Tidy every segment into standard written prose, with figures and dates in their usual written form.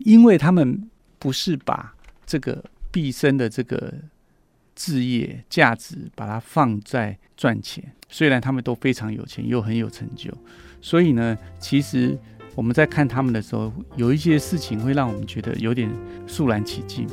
因为他们不是把这个毕生的这个志业价值把它放在赚钱，虽然他们都非常有钱又很有成就，所以呢，其实我们在看他们的时候，有一些事情会让我们觉得有点肃然起敬。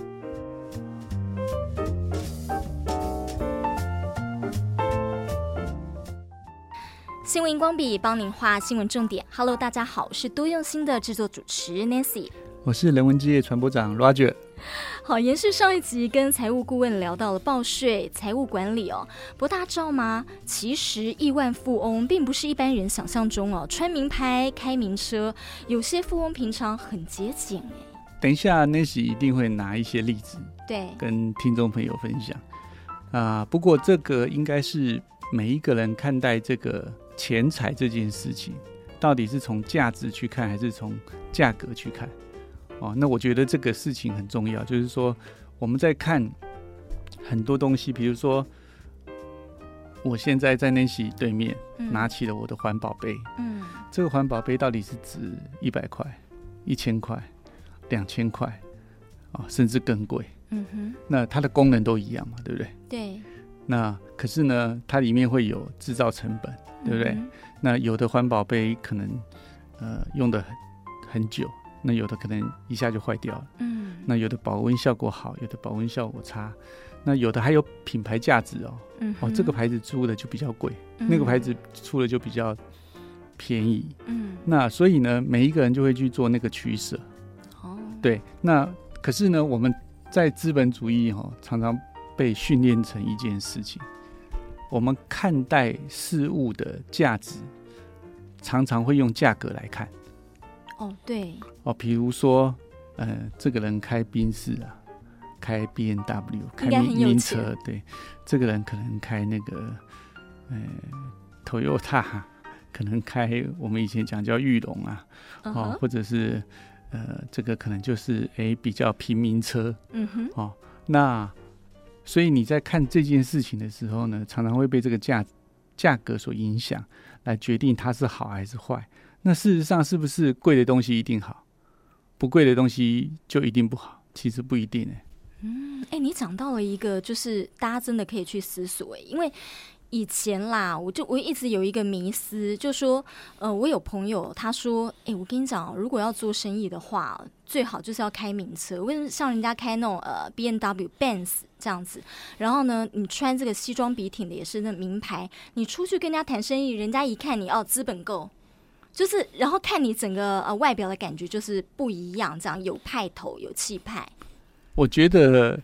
新闻荧光笔帮您画新闻重点。Hello， 大家好，我是多用心的制作主持 Nancy， 我是人文之夜传播长 Roger。 好，延续上一集跟财务顾问聊到了报税、财务管理哦。不过大家知道吗？其实亿万富翁并不是一般人想象中哦，穿名牌、开名车。有些富翁平常很节俭哎。 等一下 Nancy 一定会拿一些例子， 对， 跟听众朋友分享不过这个应该是每一个人看待这个钱财这件事情，到底是从价值去看，还是从价格去看？那我觉得这个事情很重要，就是说我们在看很多东西，比如说我现在在Nancy对面拿起了我的环保杯，这个环保杯到底是值100块、1000块、2000块，甚至更贵。那它的功能都一样嘛，对不对？对。那可是呢，它里面会有制造成本，对不对？那有的环保杯可能用得很久，那有的可能一下就坏掉了，那有的保温效果好，有的保温效果差，那有的还有品牌价值这个牌子出的就比较贵，那个牌子出的就比较便宜，那所以呢，每一个人就会去做那个取舍，对。那可是呢，我们在资本主义常常被训练成一件事情，我们看待事物的价值常常会用价格来看。 对。 比如说这个人开宾士开 BMW， 开名车，对，这个人可能开那个Toyota， 可能开我们以前讲叫裕隆或者是这个可能就是比较平民车，那所以你在看这件事情的时候呢，常常会被这个价格所影响，来决定它是好还是坏。那事实上是不是贵的东西一定好，不贵的东西就一定不好？其实不一定你讲到了一个就是大家真的可以去思索因为以前啦，我一直有一个迷思，就说我有朋友他说我跟你讲，如果要做生意的话，最好就是要开名车，为什么像人家开那种BMW Benz 这样子，然后呢你穿这个西装笔挺的也是那名牌，你出去跟人家谈生意，人家一看你资本够，就是然后看你整个外表的感觉就是不一样，这样有派头有气派。 我觉得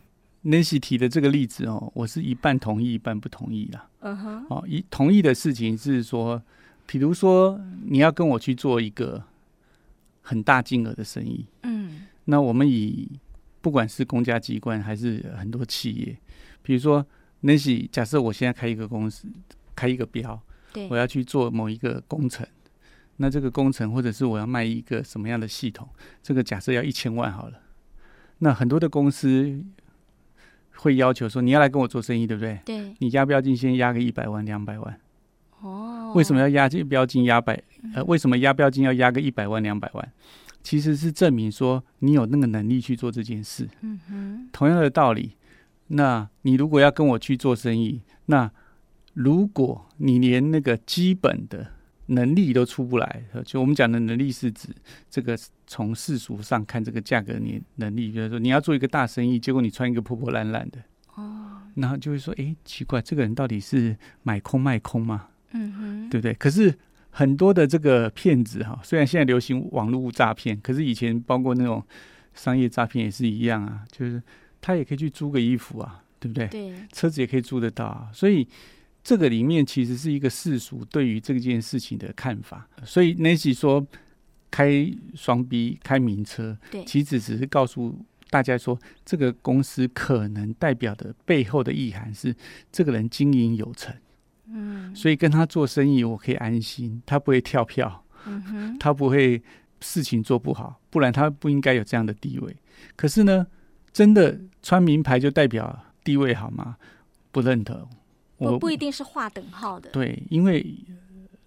Nancy 提的这个例子我是一半同意一半不同意啦。同意的事情是说，比如说你要跟我去做一个很大金额的生意，那我们以不管是公家机关还是很多企业，比如说 Nancy 假设我现在开一个公司，开一个标，我要去做某一个工程，那这个工程或者是我要卖一个什么样的系统，这个假设要1000万好了，那很多的公司会要求说你要来跟我做生意，对不对？对。你压标金先压个100万、200万。为什么要压标金为什么压标金要压个100万、200万？其实是证明说你有那个能力去做这件事。同样的道理，那你如果要跟我去做生意，那如果你连那个基本的能力都出不来，就我们讲的能力是指这个从世俗上看这个价格你能力，比如说你要做一个大生意，结果你穿一个破破烂烂的，然后就会说奇怪，这个人到底是买空卖空吗？对不对？可是很多的这个骗子虽然现在流行网络诈骗，可是以前包括那种商业诈骗也是一样就是他也可以去租个衣服对不对？对，车子也可以租得到所以这个里面其实是一个世俗对于这件事情的看法。所以 Nancy 说开双 B 开名车，其实只是告诉大家说这个公司可能代表的背后的意涵是这个人经营有成，所以跟他做生意我可以安心，他不会跳票，他不会事情做不好，不然他不应该有这样的地位。可是呢，真的穿名牌就代表地位好吗？不认同。 不一定是划等号的。 对，因为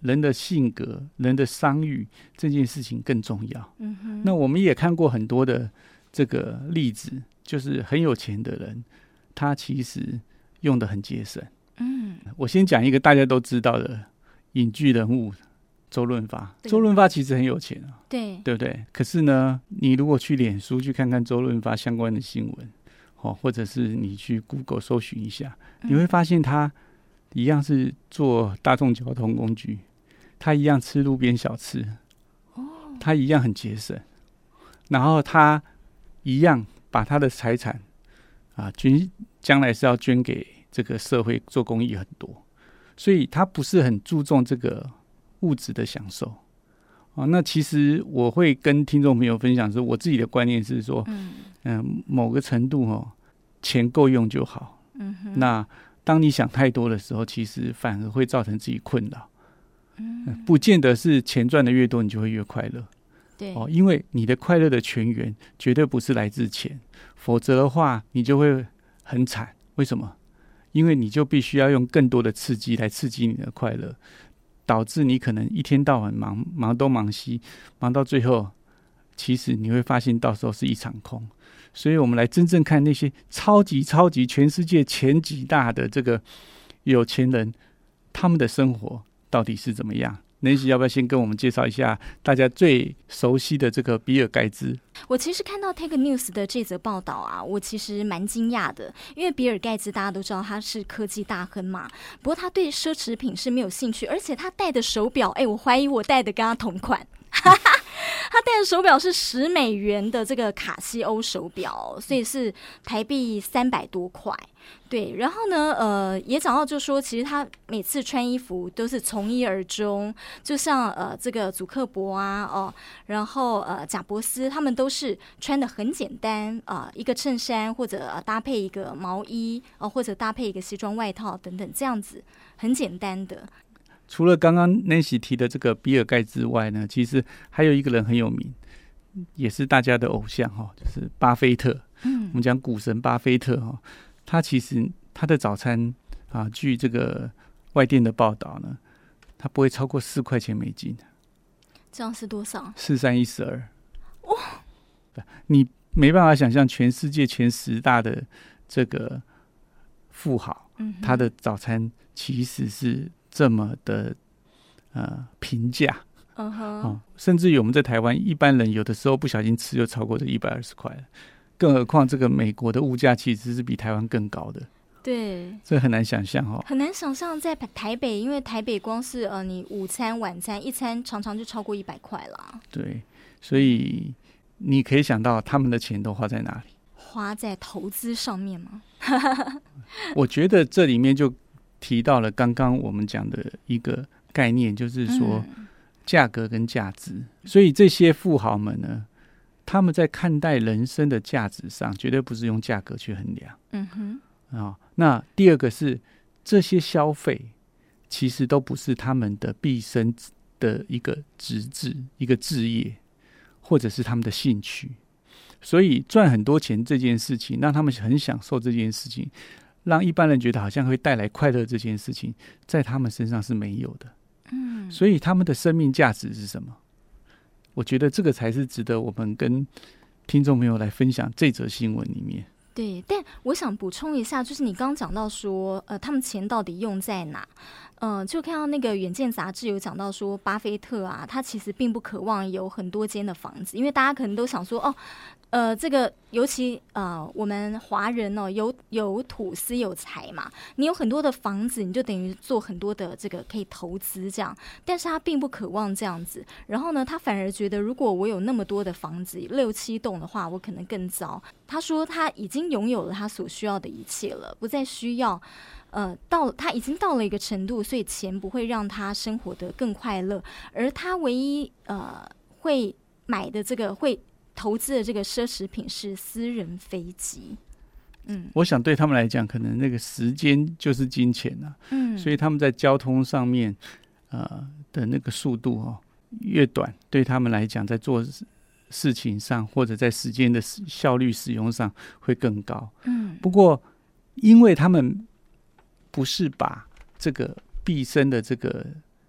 人的性格、人的商誉这件事情更重要。那我们也看过很多的这个例子，就是很有钱的人，他其实用得很节省。我先讲一个大家都知道的影剧人物周润发。周润发其实很有钱啊，对不对？可是呢，你如果去脸书去看看周润发相关的新闻，或者是你去 Google 搜寻一下，你会发现他一样是坐大众交通工具，他一样吃路边小吃，他一样很节省，然后他一样把他的财产将来是要捐给这个社会做公益很多，所以他不是很注重这个物质的享受。那其实我会跟听众朋友分享说，我自己的观念是说，某个程度钱够用就好。那当你想太多的时候，其实反而会造成自己困扰。不见得是钱赚的越多你就会越快乐。对，因为你的快乐的泉源绝对不是来自钱，否则的话你就会很惨。为什么？因为你就必须要用更多的刺激来刺激你的快乐，导致你可能一天到晚忙东忙西，忙到最后其实你会发现到时候是一场空。所以我们来真正看那些超级全世界前几大的这个有钱人，他们的生活到底是怎么样。Nancy 要不要先跟我们介绍一下大家最熟悉的这个比尔盖茨？ 我其实看到 Take News 的这则报道啊，我其实蛮惊讶的，因为比尔盖茨大家都知道他是科技大亨嘛，不过他对奢侈品是没有兴趣，而且他戴的手表，我怀疑我戴的跟他同款。他戴的手表是$10的这个卡西欧手表，所以是台币300多块。对，然后呢，也讲到就说，其实他每次穿衣服都是从一而终，就像这个祖克伯啊，然后贾伯斯他们都是穿的很简单一个衬衫或者搭配一个毛衣或者搭配一个西装外套等等，这样子很简单的。 除了刚刚 Nancy 提的这个比尔盖茨外呢，其实还有一个人很有名，也是大家的偶像就是巴菲特。我们讲股神巴菲特他其实他的早餐据这个外电的报道呢，他不会超过4块钱美金。 这样是多少 ？4312。哇！你没办法想象全世界前10大的这个富豪，他的早餐其实是这么的平价。甚至于我们在台湾一般人有的时候不小心吃就超过这120块了，更何况这个美国的物价其实是比台湾更高的。对，这很难想象很难想象在台北，因为台北光是你午餐晚餐一餐常常就超过100块啦。 对，所以你可以想到他们的钱都花在哪里？ 花在投资上面吗？ 我觉得这里面就提到了刚刚我们讲的一个概念，就是说价格跟价值。所以这些富豪们呢，他们在看待人生的价值上绝对不是用价格去衡量。那第二个是这些消费其实都不是他们的毕生的一个职志、一个志业，或者是他们的兴趣。所以赚很多钱这件事情让他们很享受，这件事情让一般人觉得好像会带来快乐，这件事情在他们身上是没有的。所以他们的生命价值是什么？我觉得这个才是值得我们跟听众朋友来分享这则新闻里面。 对，但我想补充一下，就是你刚刚讲到说他们钱到底用在哪？就看到那个《远见》杂志有讲到说，巴菲特他其实并不渴望有很多间的房子，因为大家可能都想说这个尤其我们华人有土司有财嘛，你有很多的房子，你就等于做很多的这个可以投资这样，但是他并不渴望这样子。然后呢，他反而觉得如果我有那么多的房子6、7栋的话，我可能更糟。他说他已经拥有了他所需要的一切了，不再需要他已经到了一个程度，所以钱不会让他生活得更快乐，而他唯一会买的这个会投资的这个奢侈品是私人飞机。 我想对他们来讲，可能那个时间就是金钱所以他们在交通上面的那个速度越短，对他们来讲，在做事情上或者在时间的效率使用上会更高。不过因为他们不是把这个毕生的这个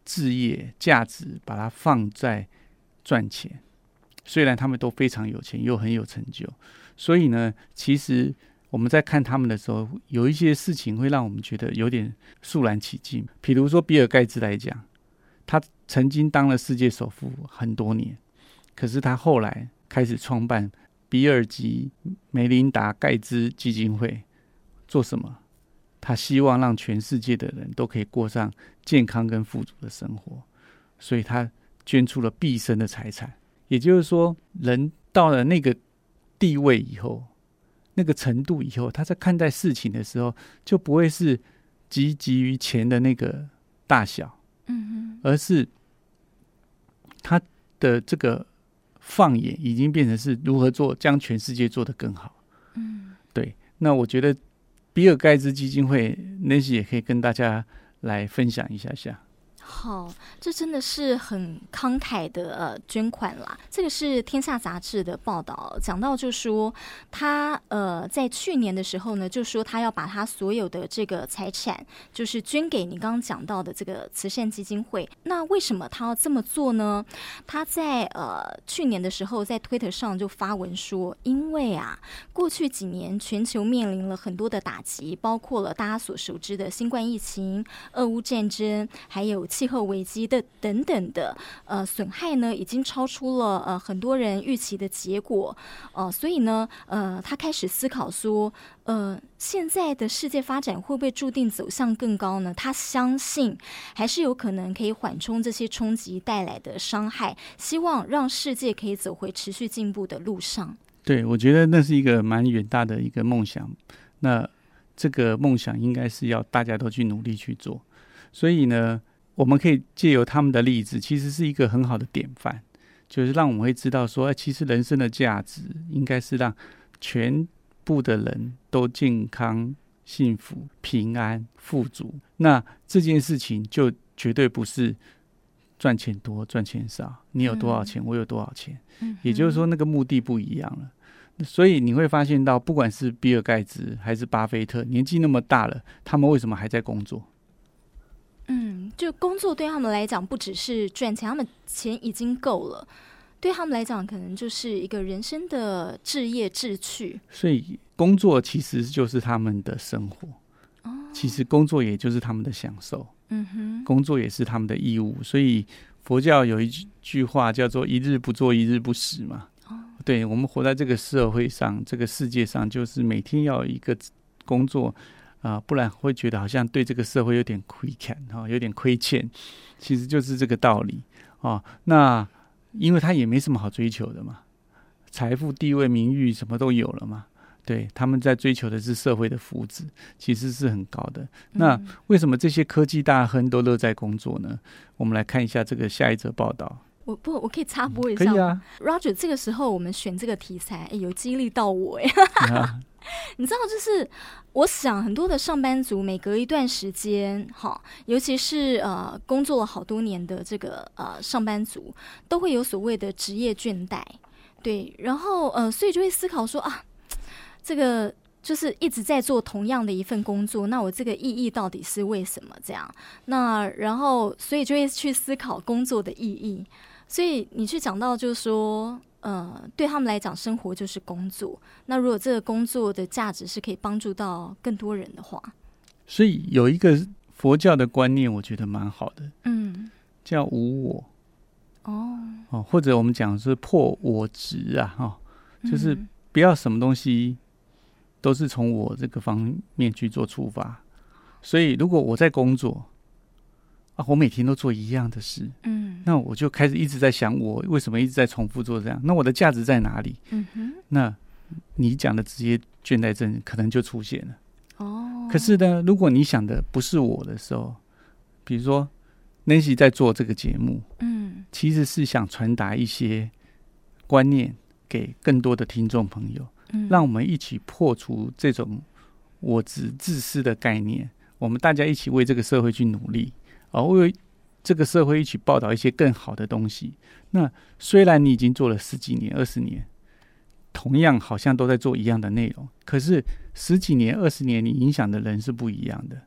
志业价值把它放在赚钱，虽然他们都非常有钱又很有成就，所以呢，其实我们在看他们的时候，有一些事情会让我们觉得有点肃然起敬。比如说比尔盖茨来讲，他曾经当了世界首富很多年，可是他后来开始创办比尔及梅琳达盖茨基金会，做什么？他希望让全世界的人都可以过上健康跟富足的生活，所以他捐出了毕生的财产。也就是说，人到了那个地位以后，那个程度以后，他在看待事情的时候，就不会是汲汲于钱的那个大小，而是他的这个放眼已经变成是如何将全世界做得更好。对。那我觉得比尔盖茨基金会 Nancy 也可以跟大家来分享一下下。 好，这真的是很慷慨的捐款啦。这个是天下杂志的报道，讲到就说他在去年的时候呢，就说他要把他所有的这个财产就是捐给你刚刚讲到的这个慈善基金会。那为什么他要这么做呢？他在去年的时候在 Twitter 上就发文说，因为啊过去几年全球面临了很多的打击，包括了大家所熟知的新冠疫情、俄乌战争，还有气候危机的等等的损害呢，已经超出了很多人预期的结果。所以呢他开始思考说现在的世界发展会不会注定走向更高呢？他相信还是有可能可以缓冲这些冲击带来的伤害，希望让世界可以走回持续进步的路上。 对，我觉得那是一个蛮远大的一个梦想，那这个梦想应该是要大家都去努力去做。所以呢，我们可以借由他们的例子，其实是一个很好的典范，就是让我们会知道说，其实人生的价值应该是让全部的人都健康、幸福、平安、富足。那这件事情就绝对不是赚钱多赚钱少，你有多少钱，我有多少钱，也就是说那个目的不一样了。所以你会发现到，不管是比尔盖茨还是巴菲特，年纪那么大了，他们为什么还在工作？ 就工作对他们来讲不只是赚钱，他们钱已经够了，对他们来讲可能就是一个人生的志业志趣。 所以工作其实就是他们的生活，其实工作也就是他们的享受，工作也是他们的义务。所以佛教有一句话叫做一日不做一日不食嘛。对，我们活在这个社会上，这个世界上，就是每天要有一个工作不然会觉得好像对这个社会有点亏欠，有点亏欠，其实就是这个道理那因为他也没什么好追求的嘛，财富、地位、名誉什么都有了嘛，对，他们在追求的是社会的福祉，其实是很高的。那为什么这些科技大亨都乐在工作呢？我们来看一下这个下一则报道。 我可以插播一下吗？ 可以啊 Roger， 这个时候我们选这个题材，有激励到我你知道，就是我想很多的上班族每隔一段时间，尤其是工作了好多年的这个上班族，都会有所谓的职业倦怠，对，然后所以就会思考说这个就是一直在做同样的一份工作，那我这个意义到底是为什么这样？那然后所以就会去思考工作的意义。所以你去讲到就是说对他们来讲生活就是工作，那如果这个工作的价值是可以帮助到更多人的话， 所以有一个佛教的观念我觉得蛮好的，叫无我或者我们讲是破我执就是不要什么东西都是从我这个方面去做出发。所以如果我在工作我每天都做一样的事，那我就开始一直在想，我为什么一直在重复做这样？那我的价值在哪里？那你讲的职业倦怠症可能就出现了。可是呢，如果你想的不是我的时候，比如说 Nancy 在做这个节目，其实是想传达一些观念给更多的听众朋友，让我们一起破除这种我执自私的概念，我们大家一起为这个社会去努力。为这个社会一起报道一些更好的东西。那虽然你已经做了10几年、20年，同样好像都在做一样的内容，可是10几年、20年你影响的人是不一样的。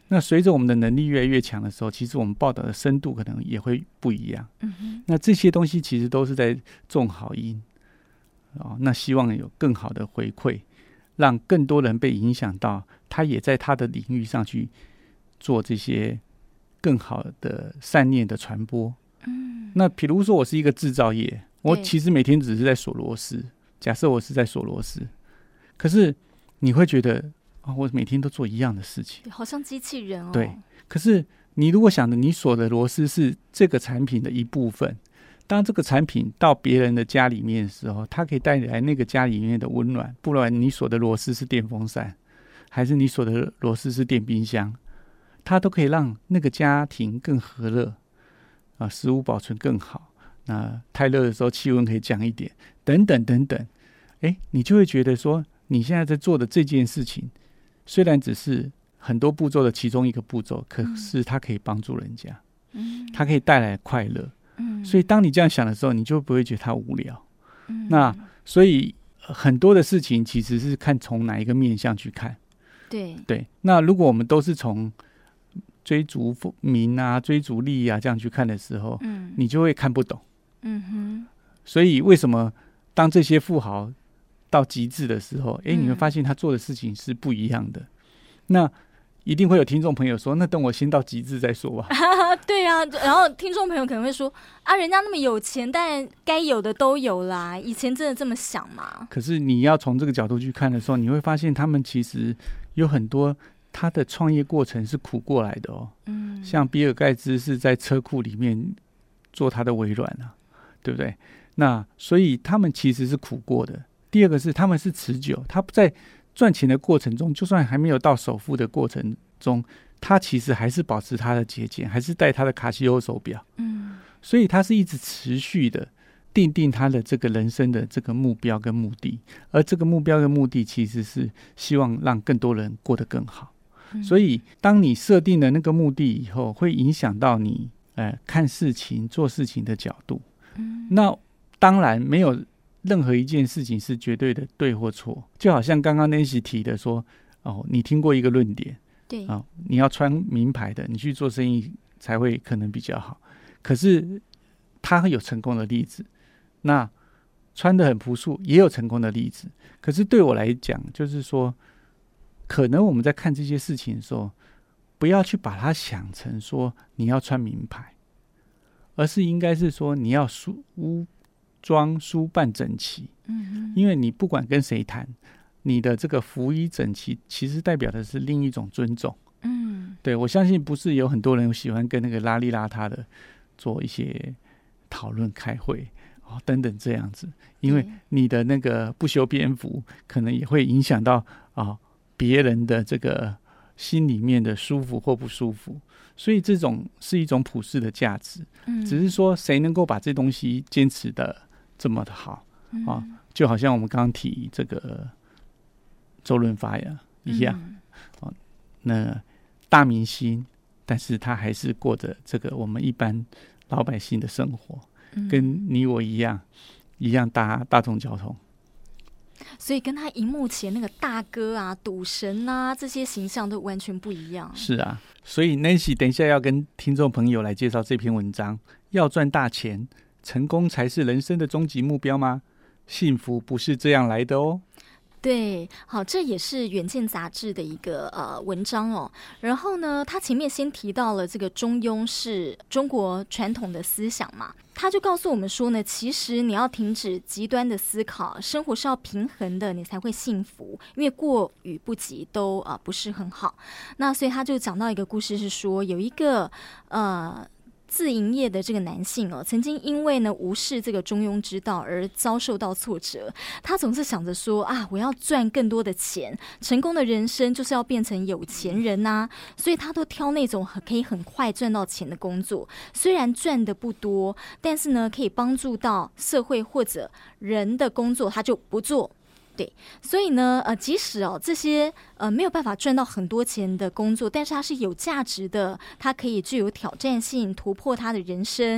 那随着我们的能力越来越强的时候，其实我们报道的深度可能也会不一样。那这些东西其实都是在种好因那希望有更好的回馈，让更多人被影响到，他也在他的领域上去做这些更好的善念的传播。那比如说我是一个制造业，我其实每天只是在锁螺丝，假设我是在锁螺丝，可是你会觉得我每天都做一样的事情， 好像机器人对，可是你如果想着你锁的螺丝是这个产品的一部分，当这个产品到别人的家里面的时候，它可以带来那个家里面的温暖，不然你锁的螺丝是电风扇，还是你锁的螺丝是电冰箱，它都可以让那个家庭更和乐食物保存更好，那太热的时候气温可以降一点，等等等等。你就会觉得说，你现在在做的这件事情，虽然只是很多步骤的其中一个步骤，可是它可以帮助人家，它可以带来快乐。所以当你这样想的时候，你就不会觉得它无聊。那所以很多的事情其实是看从哪一个面向去看。对。那如果我们都是从追逐名追逐利这样去看的时候，你就会看不懂。所以为什么当这些富豪到极致的时候，你会发现他做的事情是不一样的。那一定会有听众朋友说，那等我先到极致再说吧。 对啊，然后听众朋友可能会说人家那么有钱，但该有的都有啦，以前真的这么想吗？ 可是你要从这个角度去看的时候，你会发现他们其实有很多他的创业过程是苦过来的像比尔盖茨是在车库里面做他的微软对不对？那所以他们其实是苦过的。第二个是他们是持久，他在赚钱的过程中，就算还没有到首富的过程中，他其实还是保持他的节俭，还是戴他的卡西欧手表。所以他是一直持续的定他的这个人生的这个目标跟目的，而这个目标跟目的其实是希望让更多人过得更好。所以当你设定了那个目的以后，会影响到你看事情做事情的角度。那当然没有任何一件事情是绝对的对或错，就好像刚刚 Nancy 提的说你听过一个论点， 对你要穿名牌的，你去做生意才会可能比较好。可是他有成功的例子，那穿得很朴素也有成功的例子。可是对我来讲，就是说可能我们在看这些事情的时候，不要去把它想成说你要穿名牌，而是应该是说你要梳妆梳扮整齐。因为你不管跟谁谈，你的这个服衣整齐其实代表的是另一种尊重。对，我相信不是有很多人喜欢跟那个邋里邋遢的做一些讨论开会等等这样子，因为你的那个不修边幅可能也会影响到别人的这个心里面的舒服或不舒服。所以这种是一种普世的价值，只是说谁能够把这东西坚持的这么的好就好像我们刚刚提这个周润发一样那大明星，但是他还是过着这个我们一般老百姓的生活，跟你我一样搭大众交通。 所以跟他荧幕前那个大哥赌神这些形象都完全不一样。 是啊，所以 Nancy 等一下要跟听众朋友来介绍这篇文章。要赚大钱，成功才是人生的终极目标吗？幸福不是这样来的哦。 对，好，这也是《远见》杂志的一个文章然后呢，他前面先提到了这个中庸是中国传统的思想嘛，他就告诉我们说呢，其实你要停止极端的思考，生活是要平衡的，你才会幸福，因为过与不及都不是很好。那所以他就讲到一个故事，是说有一个自营业的这个男性曾经因为呢无视这个中庸之道而遭受到挫折。他总是想着说我要赚更多的钱，成功的人生就是要变成有钱人所以他都挑那种可以很快赚到钱的工作，虽然赚的不多，但是呢可以帮助到社会或者人的工作他就不做。对，所以呢，即使这些没有办法赚到很多钱的工作，但是它是有价值的，它可以具有挑战性，突破他的人生，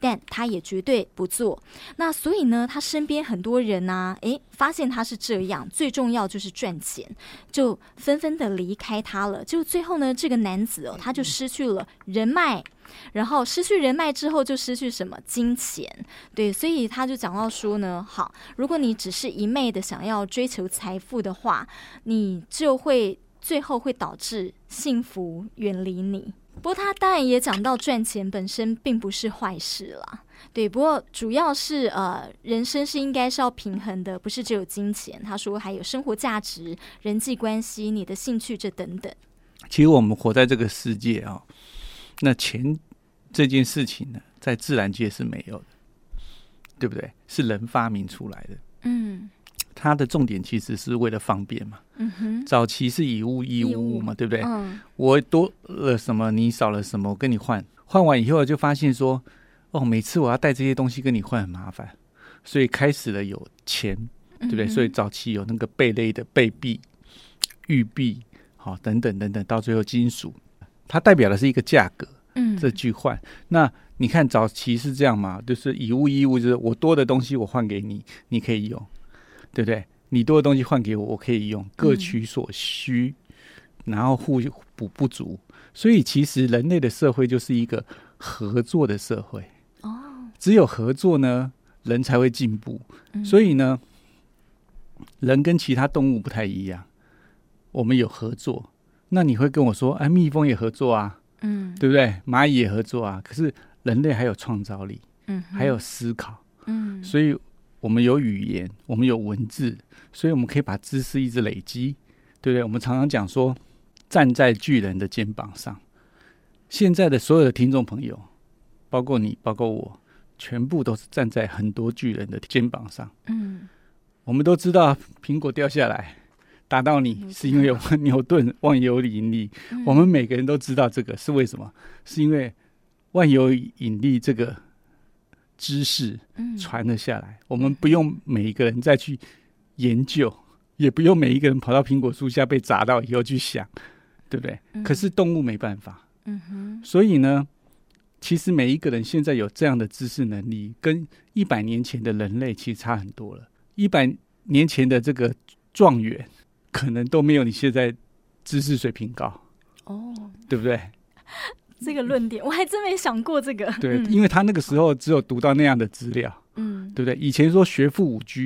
但他也绝对不做。那所以呢，他身边很多人啊，发现他是这样，最重要就是赚钱，就纷纷的离开他了。就最后呢，这个男子他就失去了人脉，然后失去人脉之后就失去什么？金钱。对，所以他就讲到说呢，好，如果你只是一昧的想要追求财富的话，你就会最后会导致幸福远离你。不过他当然也讲到赚钱本身并不是坏事啦，对，不过主要是人生是应该是要平衡的，不是只有金钱。他说还有生活价值、人际关系、你的兴趣这等等。 其实我们活在这个世界啊，那钱这件事情呢，在自然界是没有的，对不对？是人发明出来的。它的重点其实是为了方便嘛。早期是以物易物嘛，对不对？我多了什么，你少了什么，我跟你换完以后，就发现说，每次我要带这些东西跟你换很麻烦，所以开始了有钱，对不对？所以早期有那个贝类的贝币、玉币，好，等等等等，到最后金属，它代表的是一个价格。这句换，那你看早期是这样嘛，就是以物易物，就是我多的东西我换给你，你可以用，对不对？你多的东西换给我，我可以用，各取所需，然后互补不足。所以其实人类的社会就是一个合作的社会。只有合作呢，人才会进步。所以呢，人跟其他动物不太一样，我们有合作。那你会跟我说，蜜蜂也合作啊，对不对？蚂蚁也合作啊。可是人类还有创造力，还有思考，所以我们有语言，我们有文字，所以我们可以把知识一直累积，对不对？我们常常讲说，站在巨人的肩膀上。现在的所有的听众朋友，包括你，包括我，全部都是站在很多巨人的肩膀上。我们都知道苹果掉下来打到你，是因为有牛顿万有引力。我们每个人都知道这个是为什么？是因为万有引力这个知识传了下来，我们不用每一个人再去研究，也不用每一个人跑到苹果树下被砸到以后去想，对不对？可是动物没办法。所以呢，其实每一个人现在有这样的知识能力，跟100年前的人类其实差很多了。100年前的这个状元可能都没有你现在知识水平高，对不对？ 这个论点我还真没想过这个。 对，因为他那个时候只有读到那样的资料，对不对？以前说学富五车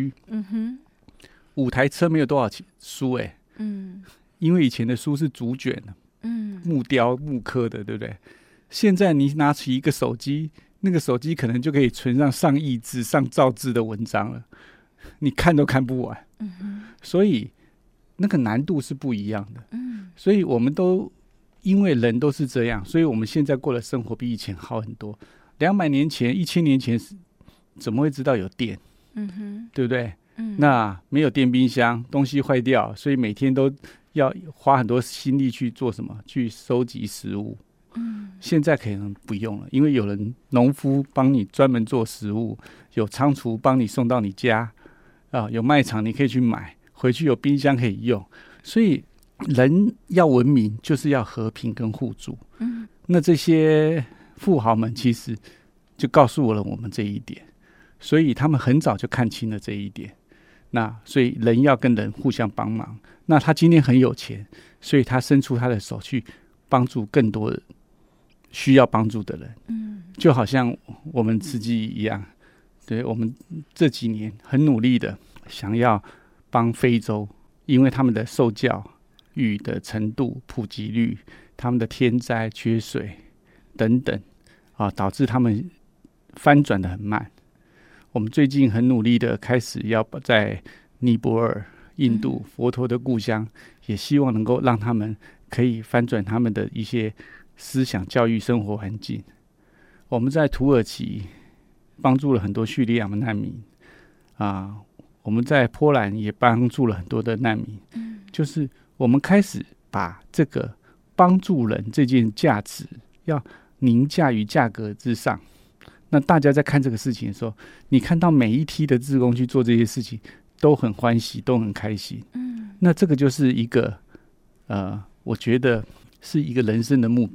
，5台车没有多少书，因为以前的书是竹卷的，木雕木刻的，对不对？现在你拿起一个手机，那个手机可能就可以存上上亿字、上兆字的文章了，你看都看不完。所以那个难度是不一样的。所以我们都因为人都是这样，所以我们现在过的生活比以前好很多。200年前、1000年前怎么会知道有电？对不对？那没有电冰箱，东西坏掉，所以每天都要花很多心力去做什么？去收集食物。现在可能不用了，因为有人农夫帮你专门做食物，有仓储帮你送到你家，有卖场你可以去买，回去有冰箱可以用。所以人要文明，就是要和平跟互助。那这些富豪们其实就告诉了我们这一点，所以他们很早就看清了这一点。那所以人要跟人互相帮忙。那他今天很有钱，所以他伸出他的手去帮助更多需要帮助的人。就好像我们慈济一样，对，我们这几年很努力的想要帮非洲，因为他们的受教育的程度、普及率、他们的天灾、缺水等等导致他们翻转的很慢。我们最近很努力的开始要在尼泊尔、印度，佛陀的故乡，也希望能够让他们可以翻转他们的一些思想、教育、生活环境。我们在土耳其帮助了很多叙利亚的难民我们在波兰也帮助了很多的难民。就是我们开始把这个帮助人这件价值要凌驾于价格之上。那大家在看这个事情的时候，你看到每一梯的志工去做这些事情，都很欢喜，都很开心。那这个就是一个我觉得是一个人生的目的，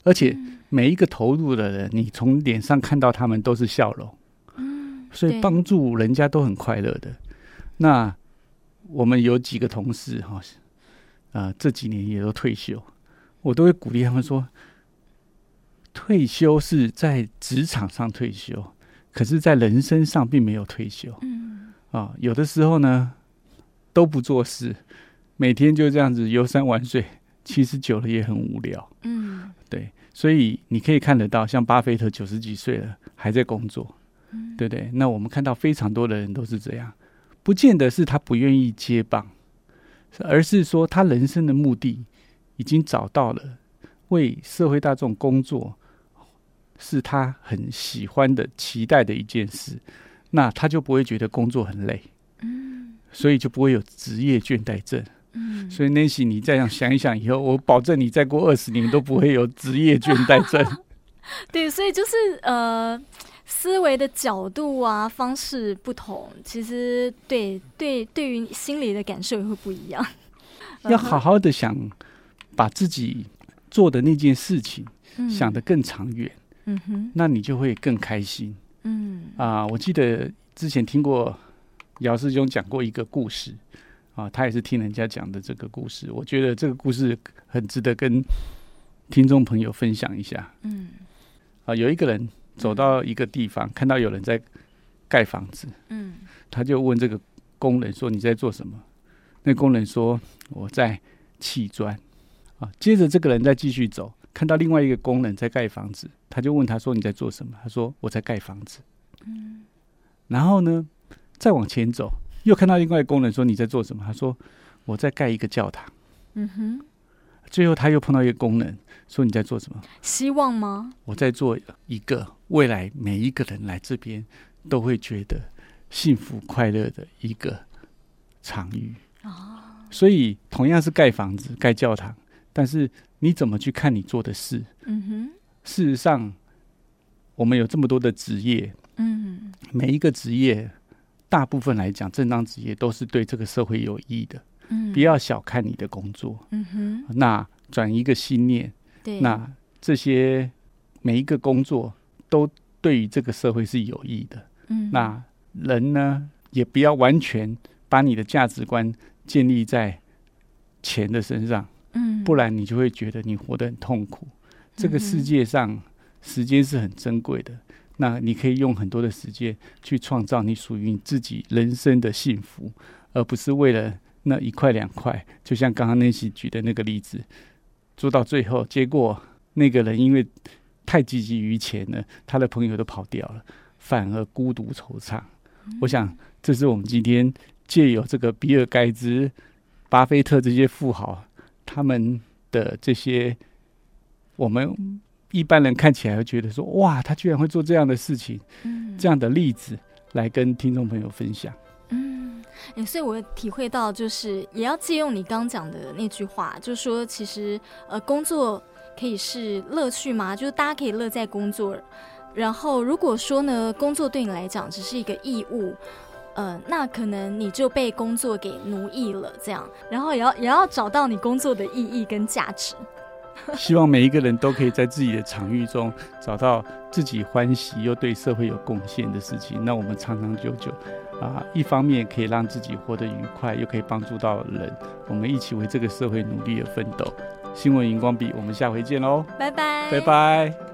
而且每一个投入的人，你从脸上看到他们都是笑容，所以帮助人家都很快乐的。那我们有几个同事这几年也都退休，我都会鼓励他们说，退休是在职场上退休，可是在人生上并没有退休。有的时候呢都不做事，每天就这样子游山玩水，其实久了也很无聊。对，所以你可以看得到，像巴菲特90几岁了还在工作，对不对？那我们看到非常多的人都是这样，不见得是他不愿意接棒，而是说他人生的目的已经找到了，为社会大众工作是他很喜欢的、期待的一件事，那他就不会觉得工作很累，所以就不会有职业倦怠症。所以 Nancy 你这样想一想以后，我保证你再过20年都不会有职业倦怠症。 对，所以就是思维的角度啊方式不同，其实对于心里的感受也会不一样。 要好好的想把自己做的那件事情想得更长远，那你就会更开心。我记得之前听过姚师兄讲过一个故事他也是听人家讲的这个故事，我觉得这个故事很值得跟听众朋友分享一下。有一个人走到一个地方，看到有人在盖房子，他就问这个工人说：“你在做什么？”那工人说：“我在砌砖。”接着这个人再继续走，看到另外一个工人在盖房子，他就问他说：“你在做什么？”他说：“我在盖房子。”然后呢，再往前走，又看到另外一个工人说：“你在做什么？”他说：“我在盖一个教堂。”最后他又碰到一个工人说：“你在做什么？” 希望吗？ 我在做一个未来每一个人来这边都会觉得幸福快乐的一个场域。所以同样是盖房子、盖教堂，但是你怎么去看你做的事？事实上，我们有这么多的职业，每一个职业，大部分来讲，正当职业都是对这个社会有益的。不要小看你的工作。那转一个心念，那这些每一个工作都对于这个社会是有益的。那人呢，也不要完全把你的价值观建立在钱的身上，不然你就会觉得你活得很痛苦。这个世界上时间是很珍贵的，那你可以用很多的时间去创造你属于你自己人生的幸福，而不是为了那1块2块，就像刚刚Nancy举的那个例子，做到最后，结果那个人因为太积极于钱了，他的朋友都跑掉了，反而孤独惆怅。我想这是我们今天借由这个比尔盖茨、巴菲特这些富豪他们的这些，我们一般人看起来会觉得说，哇，他居然会做这样的事情，这样的例子来跟听众朋友分享。 所以我体会到，就是也要借用你刚讲的那句话，就是说其实工作可以是乐趣嘛，就是大家可以乐在工作，然后如果说呢工作对你来讲只是一个义务，那可能你就被工作给奴役了这样，然后也要找到你工作的意义跟价值。 希望每一个人都可以在自己的场域中找到自己欢喜又对社会有贡献的事情，那我们长长久久一方面可以让自己活得愉快，又可以帮助到人，我们一起为这个社会努力而奋斗。新闻荧光笔，我们下回见喽， 拜拜， 拜拜。